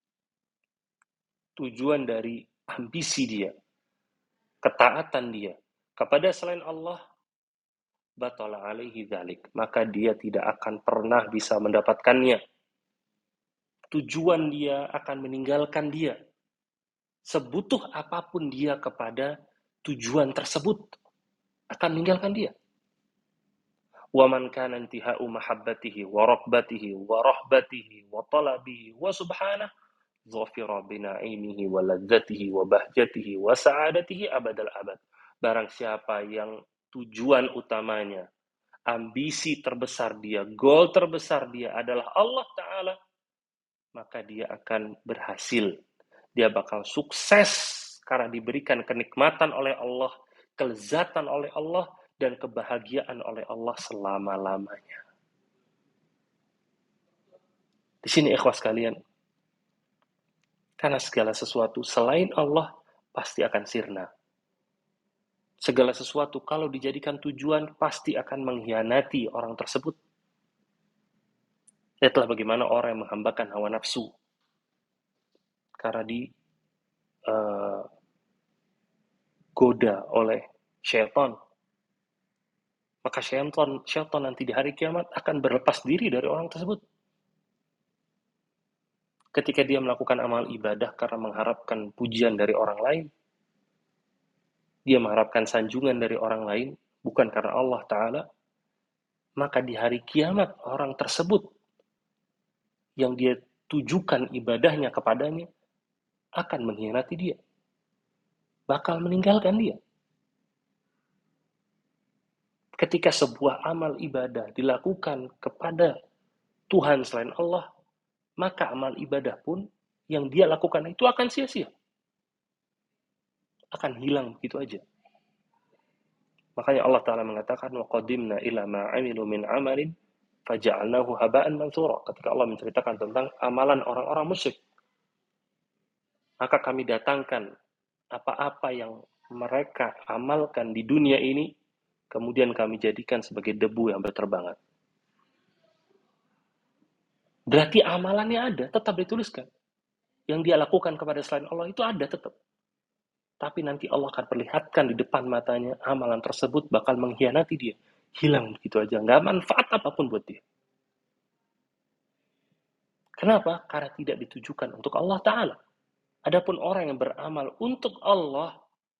tujuan dari ambisi dia, ketaatan dia kepada selain Allah, batala alaihi dzalik, maka dia tidak akan pernah bisa mendapatkannya. Tujuan dia akan meninggalkan dia. Sebutuh apapun dia kepada tujuan tersebut, akan meninggalkan dia. Wa man kana intihau mahabbatihi wa raghbatihi wa rahbatihi wa talabihi wa subhanahu dhafira binaimihi wa ladzatihi wa bahjatihi wa sa'adatihi abadal abad. Barang siapa yang tujuan utamanya, ambisi terbesar dia, goal terbesar dia adalah Allah Ta'ala, maka dia akan berhasil. Dia bakal sukses karena diberikan kenikmatan oleh Allah, kelezatan oleh Allah, dan kebahagiaan oleh Allah selama-lamanya. Di sini ikhwas kalian, karena segala sesuatu selain Allah pasti akan sirna. Segala sesuatu kalau dijadikan tujuan pasti akan mengkhianati orang tersebut. Lihatlah bagaimana orang yang menghambakan hawa nafsu karena digoda oleh syaitan. Maka syaitan nanti di hari kiamat akan berlepas diri dari orang tersebut. Ketika dia melakukan amal ibadah karena mengharapkan pujian dari orang lain, dia mengharapkan sanjungan dari orang lain, bukan karena Allah Ta'ala, maka di hari kiamat orang tersebut yang dia tujukan ibadahnya kepadanya akan mengkhianati dia. Bakal meninggalkan dia. Ketika sebuah amal ibadah dilakukan kepada Tuhan selain Allah, maka amal ibadah pun yang dia lakukan itu akan sia-sia. Akan hilang begitu aja. Makanya Allah Ta'ala mengatakan, وَقَدِمْنَا إِلَى مَا عَمِلُوا مِنْ عَمَلٍ فَجَعَلْنَاهُ هَبَاءً مَنْثُورًا. Ketika Allah menceritakan tentang amalan orang-orang musyrik, maka kami datangkan apa-apa yang mereka amalkan di dunia ini, kemudian kami jadikan sebagai debu yang berterbangan. Berarti amalannya ada, tetap dituliskan. yang dia lakukan kepada selain Allah itu ada tetap. Tapi nanti Allah akan perlihatkan di depan matanya amalan tersebut bakal mengkhianati dia. Hilang begitu aja, nggak manfaat apapun buat dia. Kenapa? Karena tidak ditujukan untuk Allah Ta'ala. Adapun orang yang beramal untuk Allah,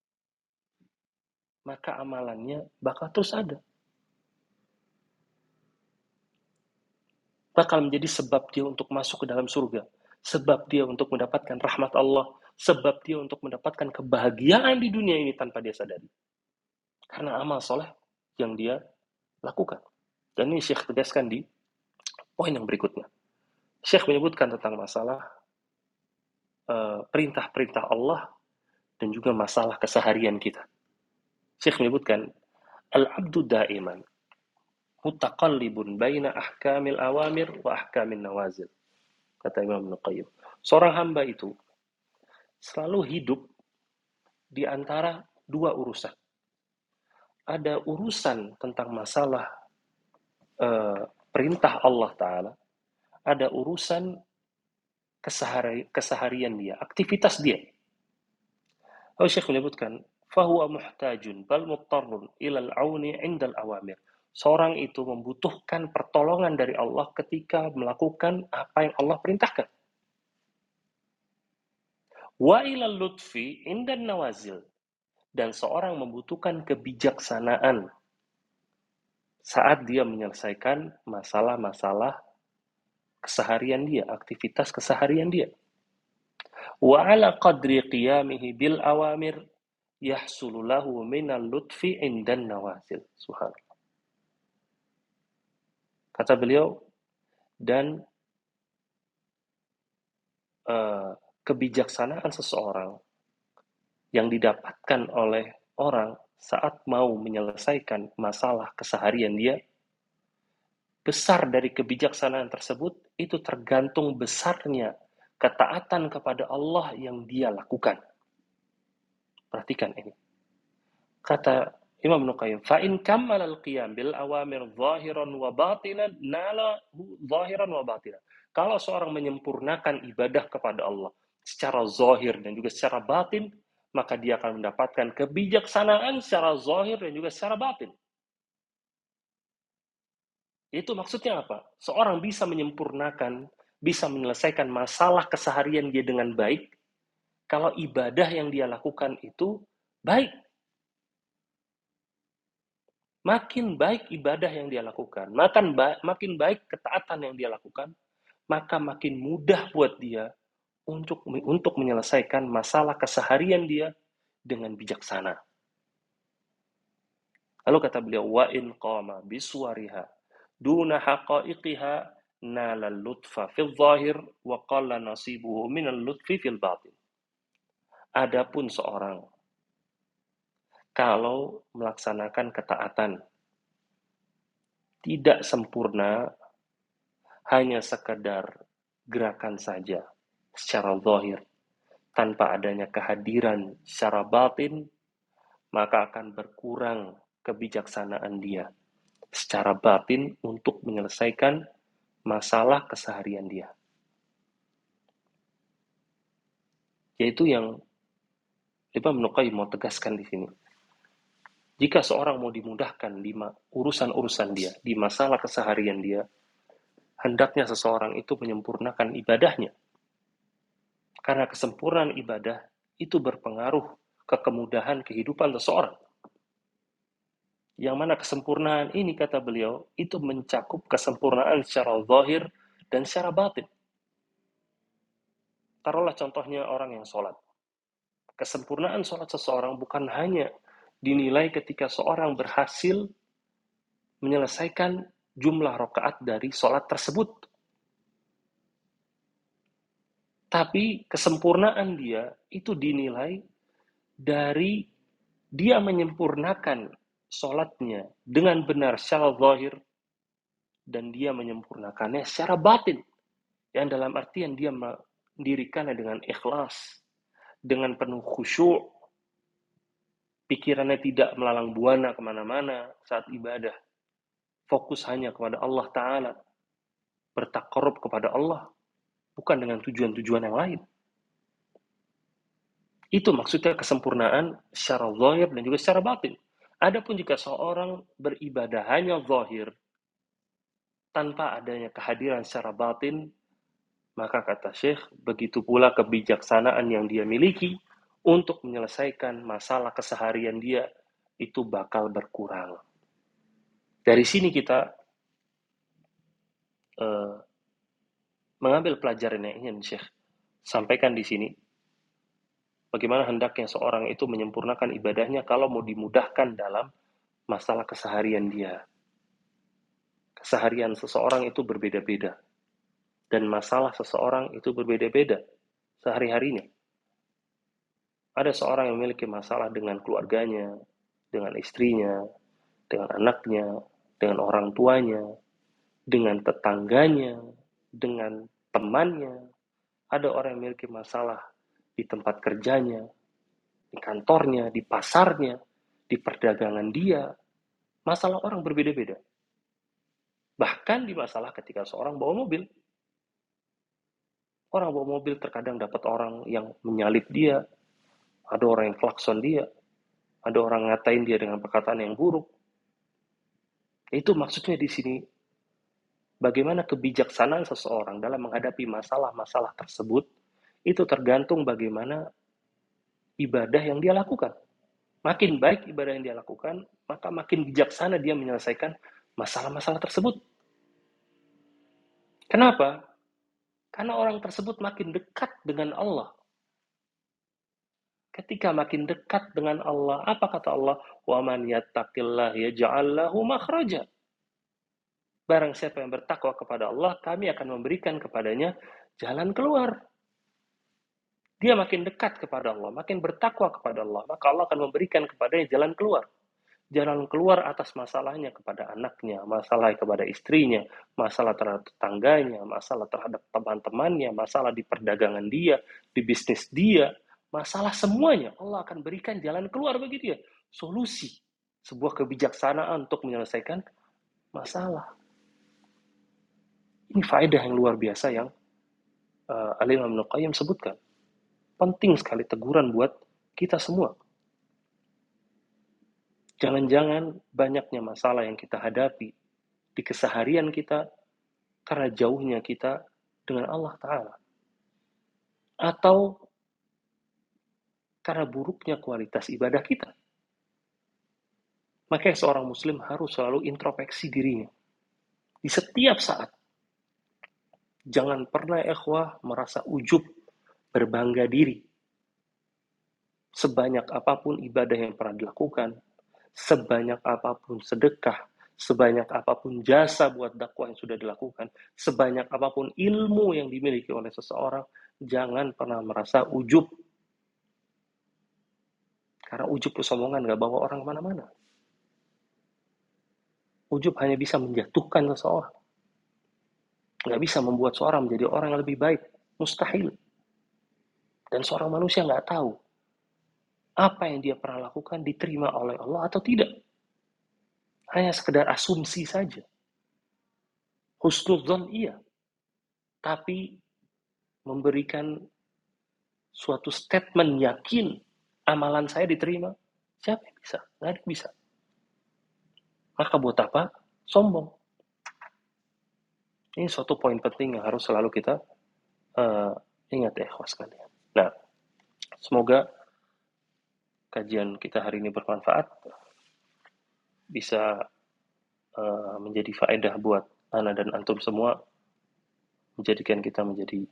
maka amalannya bakal terus ada. Bakal menjadi sebab dia untuk masuk ke dalam surga. Sebab dia untuk mendapatkan rahmat Allah. Sebab dia untuk mendapatkan kebahagiaan di dunia ini tanpa dia sadari. Karena amal soleh yang dia lakukan. Dan ini Syekh tegaskan di poin yang berikutnya. Syekh menyebutkan tentang masalah perintah-perintah Allah dan juga masalah keseharian kita. Syekh menyebutkan, al-abdu da'iman mutaqallibun baina ahkamil awamir wa ahkamin nawazil. Kata Imam Ibnu Qayyim. Seorang hamba itu selalu hidup di antara dua urusan. Ada urusan tentang masalah perintah Allah Ta'ala, ada urusan keseharian dia, aktivitas dia. Lalu Syekh menyebutkan, fahuwa muhtajun bal muttarrun ilal auni indal awamir. Seorang itu membutuhkan pertolongan dari Allah ketika melakukan apa yang Allah perintahkan. Wa ilal lutfi indan nawazil. Dan seorang membutuhkan kebijaksanaan saat dia menyelesaikan masalah-masalah keseharian dia, aktivitas keseharian dia. Wa ala qadri qiyamihi bil awamir yahsulu lahu minal lutfi indan nawazil. Subhanallah. Kata beliau, dan kebijaksanaan seseorang yang didapatkan oleh orang saat mau menyelesaikan masalah keseharian dia, besar dari kebijaksanaan tersebut itu tergantung besarnya ketaatan kepada Allah yang dia lakukan. Perhatikan ini. Kata Imam Ibnu Qayyim, fa in kammal al-qiyam bil awamir zahiran wa batinan nala zahiran wa batinan. Kalau seorang menyempurnakan ibadah kepada Allah secara zahir dan juga secara batin, maka dia akan mendapatkan kebijaksanaan secara zahir dan juga secara batin. Itu maksudnya apa? Seorang bisa menyempurnakan, bisa menyelesaikan masalah keseharian dia dengan baik, kalau ibadah yang dia lakukan itu baik. Makin baik ibadah yang dia lakukan, makin baik ketaatan yang dia lakukan, maka makin mudah buat dia untuk menyelesaikan masalah keseharian dia dengan bijaksana. Lalu kata beliau, wa in qama biswariha duna haqaiqiha nala lutfa fil zahir wa qalla nasibuhu minal lutfi fil batin. Adapun seorang kalau melaksanakan ketaatan tidak sempurna, hanya sekedar gerakan saja secara zahir, tanpa adanya kehadiran secara batin, maka akan berkurang kebijaksanaan dia secara batin untuk menyelesaikan masalah keseharian dia. Yaitu yang Imam Ibnu Qayyim mau tegaskan di sini. Jika seorang mau dimudahkan di urusan-urusan dia, di masalah keseharian dia, hendaknya seseorang itu menyempurnakan ibadahnya. Karena kesempurnaan ibadah itu berpengaruh ke kemudahan kehidupan seseorang. Yang mana kesempurnaan ini, kata beliau, itu mencakup kesempurnaan secara zahir dan secara batin. Taruhlah contohnya orang yang sholat. Kesempurnaan sholat seseorang bukan hanya dinilai ketika seorang berhasil menyelesaikan jumlah rakaat dari sholat tersebut. Tapi kesempurnaan dia itu dinilai dari dia menyempurnakan sholatnya dengan benar secara zahir dan dia menyempurnakannya secara batin. Yang dalam artian dia mendirikannya dengan ikhlas, dengan penuh khusyuk, pikirannya tidak melalang buana kemana-mana saat ibadah, fokus hanya kepada Allah Ta'ala, bertakarrub kepada Allah, bukan dengan tujuan-tujuan yang lain. Itu maksudnya kesempurnaan secara zahir dan juga secara batin. Adapun jika seorang beribadah hanya zahir tanpa adanya kehadiran secara batin, maka kata Syekh, begitu pula kebijaksanaan yang dia miliki untuk menyelesaikan masalah keseharian dia itu bakal berkurang. Dari sini kita mengambil pelajaran yang ingin Syekh sampaikan di sini. Bagaimana hendaknya seorang itu menyempurnakan ibadahnya kalau mau dimudahkan dalam masalah keseharian dia. Keseharian seseorang itu berbeda-beda. Dan masalah seseorang itu berbeda-beda sehari-harinya. Ada seorang yang memiliki masalah dengan keluarganya, dengan istrinya, dengan anaknya, dengan orang tuanya, dengan tetangganya, dengan temannya. Ada orang yang memiliki masalah di tempat kerjanya, di kantornya, di pasarnya, di perdagangan dia. Masalah orang berbeda-beda. Bahkan di masalah ketika seorang bawa mobil. Orang bawa mobil terkadang dapat orang yang menyalip dia, ada orang yang klakson dia, ada orang ngatain dia dengan perkataan yang buruk. Itu maksudnya di sini, bagaimana kebijaksanaan seseorang dalam menghadapi masalah-masalah tersebut, itu tergantung bagaimana ibadah yang dia lakukan. Makin baik ibadah yang dia lakukan, maka makin bijaksana dia menyelesaikan masalah-masalah tersebut. Kenapa? Karena orang tersebut makin dekat dengan Allah. Ketika makin dekat dengan Allah, apa kata Allah? Wa man yattaqillah yaj'al lahu makhraja. Barang siapa yang bertakwa kepada Allah, kami akan memberikan kepadanya jalan keluar. Dia makin dekat kepada Allah, makin bertakwa kepada Allah, maka Allah akan memberikan kepadanya jalan keluar. Jalan keluar atas masalahnya kepada anaknya, masalah kepada istrinya, masalah terhadap tetangganya, masalah terhadap teman-temannya, masalah di perdagangan dia, di bisnis dia, masalah semuanya. Allah akan berikan jalan keluar bagi dia. Solusi, sebuah kebijaksanaan untuk menyelesaikan masalah. Ini faedah yang luar biasa yang Al-Imam Ibnu Qayyim sebutkan. Penting sekali teguran buat kita semua. Jangan-jangan banyaknya masalah yang kita hadapi di keseharian kita karena jauhnya kita dengan Allah Ta'ala. Atau karena buruknya kualitas ibadah kita. Makanya seorang muslim harus selalu introspeksi dirinya. Di setiap saat. Jangan pernah ikhwah merasa ujub, berbangga diri. Sebanyak apapun ibadah yang pernah dilakukan, sebanyak apapun sedekah, sebanyak apapun jasa buat dakwah yang sudah dilakukan, sebanyak apapun ilmu yang dimiliki oleh seseorang, jangan pernah merasa ujub. Karena ujub kesombongan gak bawa orang kemana-mana. Ujub hanya bisa menjatuhkan seseorang. Gak bisa membuat seorang menjadi orang yang lebih baik. Mustahil. Dan seorang manusia gak tahu apa yang dia pernah lakukan diterima oleh Allah atau tidak. Hanya sekedar asumsi saja. Husnudzon iya. Tapi memberikan suatu statement yakin amalan saya diterima, siapa yang bisa? Nggak ada yang bisa. Maka buat apa? Sombong. Ini suatu poin penting yang harus selalu kita ingat ya, ikhwas sekalian. Nah, semoga kajian kita hari ini bermanfaat, bisa menjadi faedah buat ana dan antum semua, menjadikan kita menjadi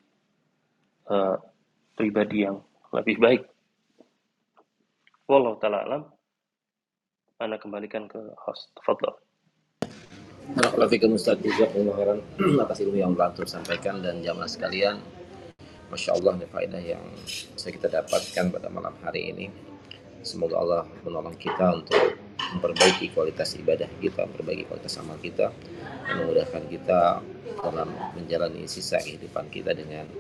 pribadi yang lebih baik. Wallahu ta'ala alam. Ana kembalikan ke host. Tafadhol. Barakallahu fikum Ustaz, jazakumullah khairan atas ilmu yang telah sampaikan. Dan jamaah sekalian, Masya Allah, ini faedah yang bisa kita dapatkan pada malam hari ini. Semoga Allah menolong kita untuk memperbaiki kualitas ibadah kita, memperbaiki kualitas amal kita, dan memudahkan kita dalam menjalani sisa kehidupan kita dengan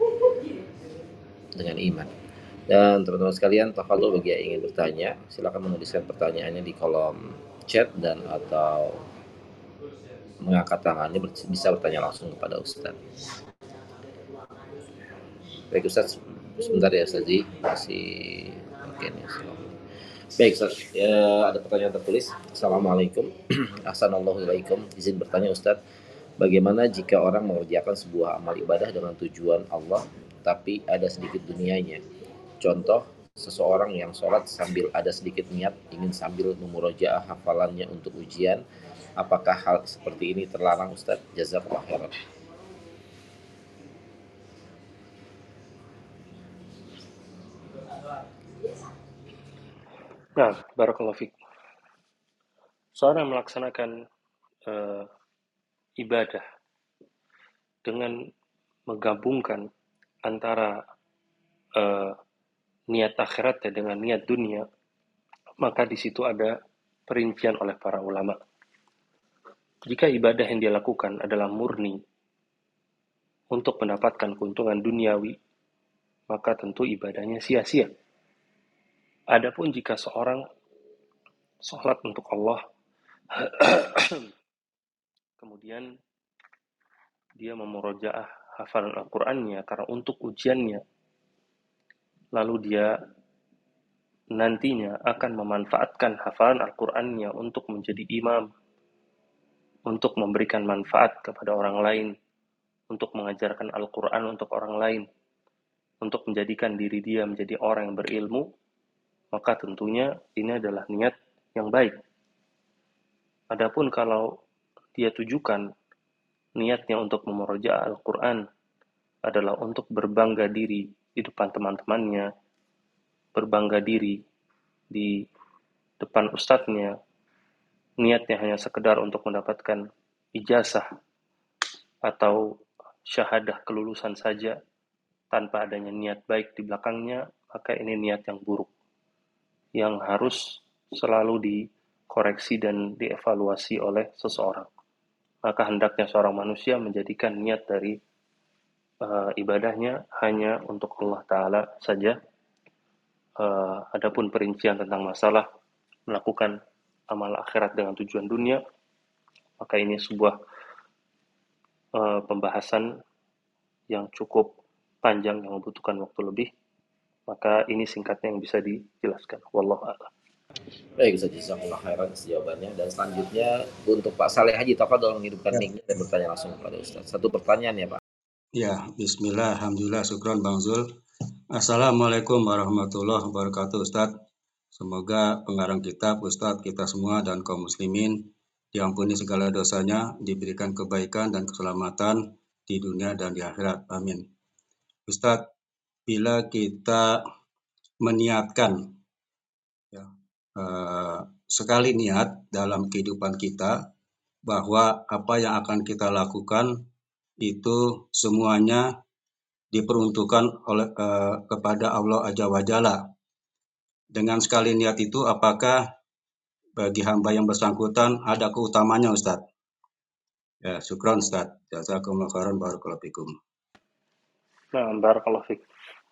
iman. Dan teman-teman sekalian, tafadhol bagi yang ingin bertanya, silakan menuliskan pertanyaannya di kolom chat dan atau mengangkat tangannya, bisa bertanya langsung kepada Ustaz. Baik Ustaz, sebentar ya Ustaz, masih Oke, baik, Ustaz. Ya, ada pertanyaan tertulis. Assalamualaikum. Assalamualaikum. Izin bertanya, Ustaz. Bagaimana jika orang mengerjakan sebuah amal ibadah dengan tujuan Allah, tapi ada sedikit dunianya? Contoh, seseorang yang sholat sambil ada sedikit niat ingin sambil memurojaah hafalannya untuk ujian. Apakah hal seperti ini terlarang, Ustaz? Jazakallah khairan. Nah, barakallahu fiik. Seorang yang melaksanakan uh, ibadah dengan menggabungkan antara uh, niat akhiratnya dengan niat dunia, maka di situ ada perincian oleh para ulama. Jika ibadah yang dia lakukan adalah murni untuk mendapatkan keuntungan duniawi, maka tentu ibadahnya sia-sia. Adapun jika seorang sholat untuk Allah, kemudian dia memurojaah hafalan Al-Qur'annya karena untuk ujiannya, lalu dia nantinya akan memanfaatkan hafalan Al-Qur'annya untuk menjadi imam, untuk memberikan manfaat kepada orang lain, untuk mengajarkan Al-Qur'an untuk orang lain, untuk menjadikan diri dia menjadi orang yang berilmu, maka tentunya ini adalah niat yang baik. Adapun kalau dia tujukan niatnya untuk memurojaah Al-Qur'an adalah untuk berbangga diri di depan teman-temannya, berbangga diri di depan ustadznya, niatnya hanya sekedar untuk mendapatkan ijazah atau syahadah kelulusan saja tanpa adanya niat baik di belakangnya, maka ini niat yang buruk yang harus selalu dikoreksi dan dievaluasi oleh seseorang. Maka hendaknya seorang manusia menjadikan niat dari ibadahnya hanya untuk Allah Ta'ala saja. Adapun perincian tentang masalah melakukan amal akhirat dengan tujuan dunia, maka ini sebuah pembahasan yang cukup panjang yang membutuhkan waktu lebih. Maka ini singkatnya yang bisa dijelaskan. Wallahu a'lam. Baik, Ustaz, jazakallah khairan jawabannya. Dan selanjutnya untuk Pak Saleh Haji Tafadhol menghidupkan Ya, mic dan bertanya langsung kepada Ustaz. Satu pertanyaan ya, Pak. ya, bismillah, alhamdulillah, syukron Bang Zul. Assalamualaikum warahmatullahi wabarakatuh, Ustadz. Semoga pengarang kitab, Ustadz, kita semua dan kaum muslimin diampuni segala dosanya, diberikan kebaikan dan keselamatan di dunia dan di akhirat. Amin. Ustadz, bila kita meniatkan ya, sekali niat dalam kehidupan kita bahwa apa yang akan kita lakukan itu semuanya diperuntukkan oleh kepada Allah Azza wa Jalla. Dengan sekali niat itu, apakah bagi hamba yang bersangkutan ada keutamanya, Ustaz? Ya, syukron, Ustaz. Jazakumullah khairan, barakallahu fikum. Nah, barakallahu fiik.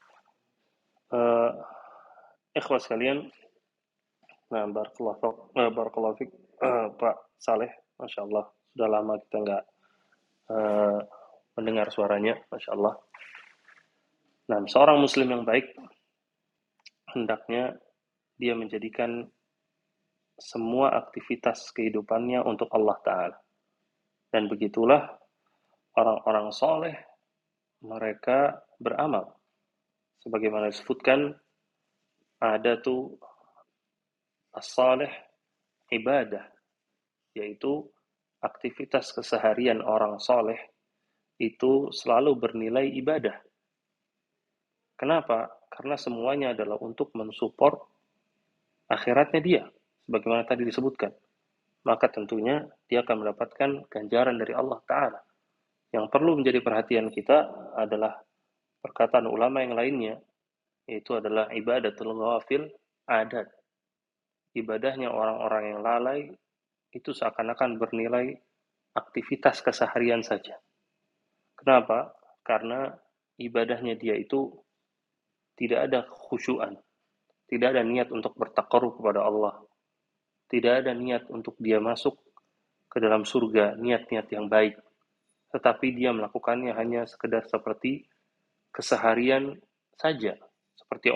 Ikhwas sekalian, nah barakallahu fiik, Pak Saleh, Masya Allah, sudah lama kita nggak mendengar suaranya, Masya Allah. Nah, seorang muslim yang baik hendaknya dia menjadikan semua aktivitas kehidupannya untuk Allah Ta'ala. Dan begitulah orang-orang soleh mereka beramal. Sebagaimana disebutkan, ada tuh as-salih ibadah, yaitu aktivitas keseharian orang soleh itu selalu bernilai ibadah. Kenapa? Karena semuanya adalah untuk mensupport akhiratnya dia, sebagaimana tadi disebutkan. Maka tentunya dia akan mendapatkan ganjaran dari Allah Ta'ala. Yang perlu menjadi perhatian kita adalah perkataan ulama yang lainnya, yaitu adalah ibadatul ghafil adat. Ibadahnya orang-orang yang lalai itu seakan-akan bernilai aktivitas keseharian saja. Kenapa? Karena ibadahnya dia itu tidak ada khusyuan, tidak ada niat untuk bertakarub kepada Allah, tidak ada niat untuk dia masuk ke dalam surga, niat-niat yang baik, tetapi dia melakukannya hanya sekedar seperti keseharian saja, seperti orang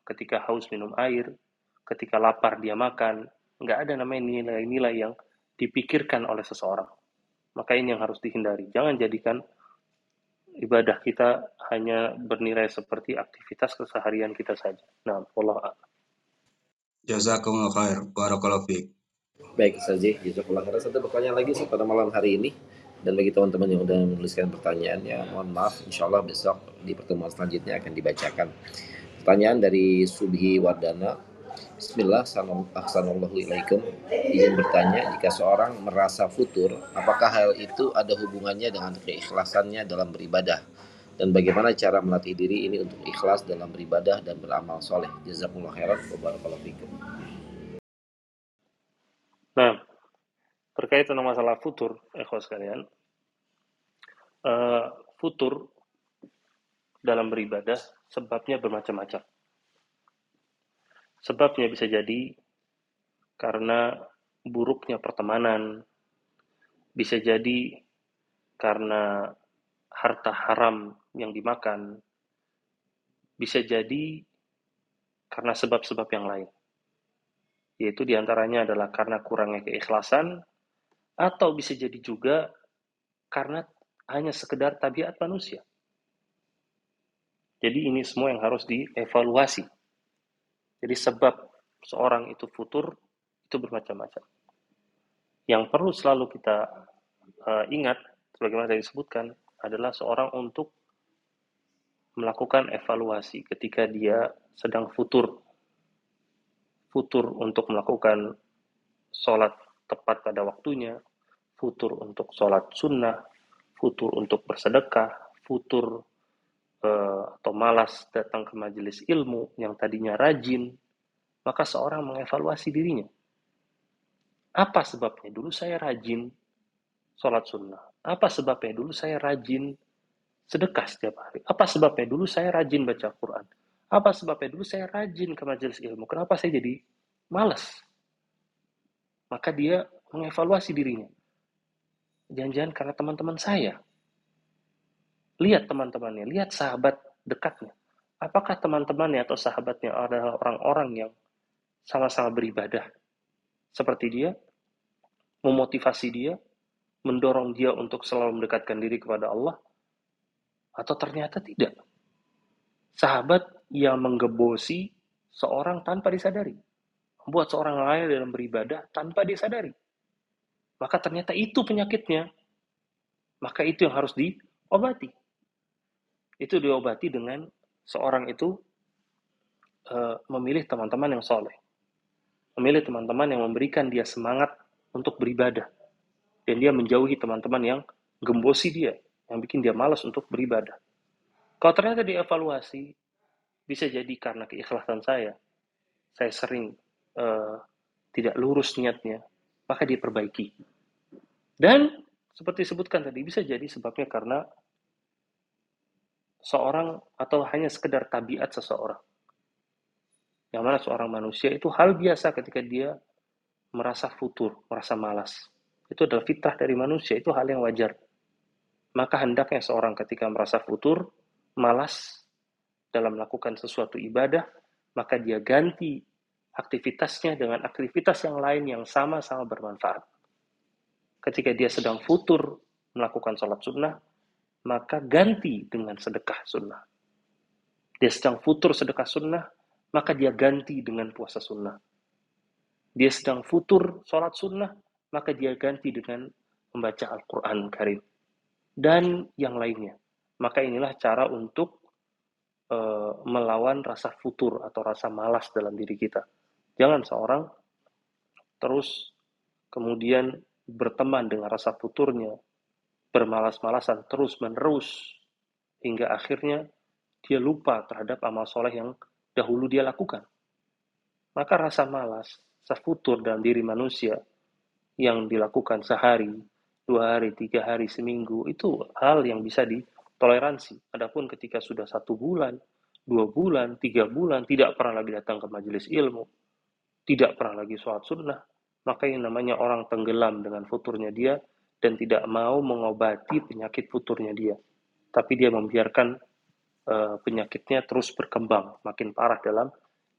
ketika haus minum air, ketika lapar dia makan. Nggak ada namanya nilai-nilai yang dipikirkan oleh seseorang. Maka ini yang harus dihindari. Jangan jadikan ibadah kita hanya bernilai seperti aktivitas keseharian kita saja. Nah, Allah. Jazakumullah khair. Barakallahu fiik. Baik saja, jazakallah khairan. Satu pertanyaan lagi pada malam hari ini. Dan bagi teman-teman yang sudah menuliskan pertanyaannya, mohon maaf, insya Allah besok di pertemuan selanjutnya akan dibacakan. Pertanyaan dari Subhi Wardana. Bismillah, Assalamualaikum. Izin bertanya, jika seorang merasa futur, apakah hal itu ada hubungannya dengan keikhlasannya dalam beribadah? Dan bagaimana cara melatih diri ini untuk ikhlas dalam beribadah dan beramal soleh? Jazakumullah khairan wa barakallahu fikum. Nah, terkait dengan masalah futur, ikhwas sekalian, futur dalam beribadah sebabnya bermacam-macam. Sebabnya bisa jadi karena buruknya pertemanan, bisa jadi karena harta haram yang dimakan, bisa jadi karena sebab-sebab yang lain. Yaitu diantaranya adalah karena kurangnya keikhlasan, atau bisa jadi juga karena hanya sekedar tabiat manusia. Jadi ini semua yang harus dievaluasi. Jadi sebab seorang itu futur itu bermacam-macam. Yang perlu selalu kita ingat, sebagaimana tadi disebutkan, adalah seorang untuk melakukan evaluasi ketika dia sedang futur. Futur untuk melakukan sholat tepat pada waktunya, futur untuk sholat sunnah, futur untuk bersedekah, futur atau malas datang ke majelis ilmu yang tadinya rajin, maka seorang mengevaluasi dirinya. Apa sebabnya? Dulu saya rajin sholat sunnah. Apa sebabnya? Dulu saya rajin sedekah setiap hari. Apa sebabnya? Dulu saya rajin baca Quran. Apa sebabnya? Dulu saya rajin ke majelis ilmu. Kenapa saya jadi malas? Maka dia mengevaluasi dirinya. Jangan-jangan karena teman-teman saya. Lihat teman-temannya, lihat sahabat dekatnya. Apakah teman-temannya atau sahabatnya adalah orang-orang yang sama-sama beribadah seperti dia, memotivasi dia, mendorong dia untuk selalu mendekatkan diri kepada Allah, atau ternyata tidak. Sahabat yang menggebosi seorang tanpa disadari, membuat seorang lain dalam beribadah tanpa disadari. Maka ternyata itu penyakitnya. Maka itu yang harus diobati. Itu diobati dengan seorang itu memilih teman-teman yang soleh. Memilih teman-teman yang memberikan dia semangat untuk beribadah. Dan dia menjauhi teman-teman yang gembosi dia, yang bikin dia malas untuk beribadah. Kalau ternyata dievaluasi, bisa jadi karena keikhlasan saya sering tidak lurus niatnya, maka diperbaiki. Dan seperti disebutkan tadi, bisa jadi sebabnya karena seorang atau hanya sekedar tabiat seseorang. Yang mana seorang manusia itu hal biasa ketika dia merasa futur, merasa malas. Itu adalah fitrah dari manusia, itu hal yang wajar. Maka hendaknya seorang ketika merasa futur, malas dalam melakukan sesuatu ibadah, maka dia ganti aktivitasnya dengan aktivitas yang lain yang sama-sama bermanfaat. Ketika dia sedang futur melakukan sholat sunnah, maka ganti dengan sedekah sunnah. Dia sedang futur sedekah sunnah, maka dia ganti dengan puasa sunnah. Dia sedang futur sholat sunnah, maka dia ganti dengan membaca Al-Quran Karim. Dan yang lainnya. Maka inilah cara untuk melawan rasa futur atau rasa malas dalam diri kita. Jangan seorang terus kemudian berteman dengan rasa futurnya, bermalas-malasan terus-menerus, hingga akhirnya dia lupa terhadap amal soleh yang dahulu dia lakukan. Maka rasa malas, rasa futur dalam diri manusia yang dilakukan sehari, 2 hari, 3 hari, seminggu, itu hal yang bisa ditoleransi. Adapun ketika sudah 1 bulan, 2 bulan, 3 bulan, tidak pernah lagi datang ke majelis ilmu, tidak pernah lagi sholat sunnah, maka yang namanya orang tenggelam dengan futurnya dia dan tidak mau mengobati penyakit futurnya dia. Tapi dia membiarkan penyakitnya terus berkembang, makin parah dalam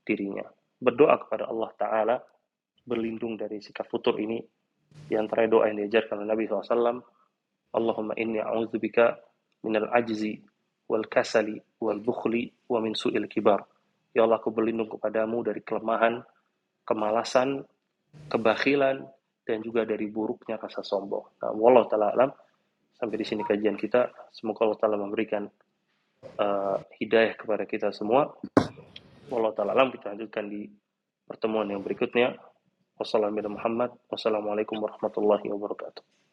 dirinya. Berdoa kepada Allah Ta'ala, berlindung dari sikap futur ini. Di antara doa yang diajarkan oleh Nabi SAW, Allahumma inni a'udzubika minal ajzi wal kasali wal bukhli wa min su'il kibar. Ya Allah, aku berlindung kepadamu dari kelemahan, kemalasan, kebakhilan, dan juga dari buruknya rasa sombong. Nah, wallahu ta'ala alam. Sampai di sini kajian kita. Semoga Allah Ta'ala memberikan hidayah kepada kita semua. Wallahu ta'ala alam. Kita lanjutkan di pertemuan yang berikutnya. Wassalamualaikum warahmatullahi wabarakatuh.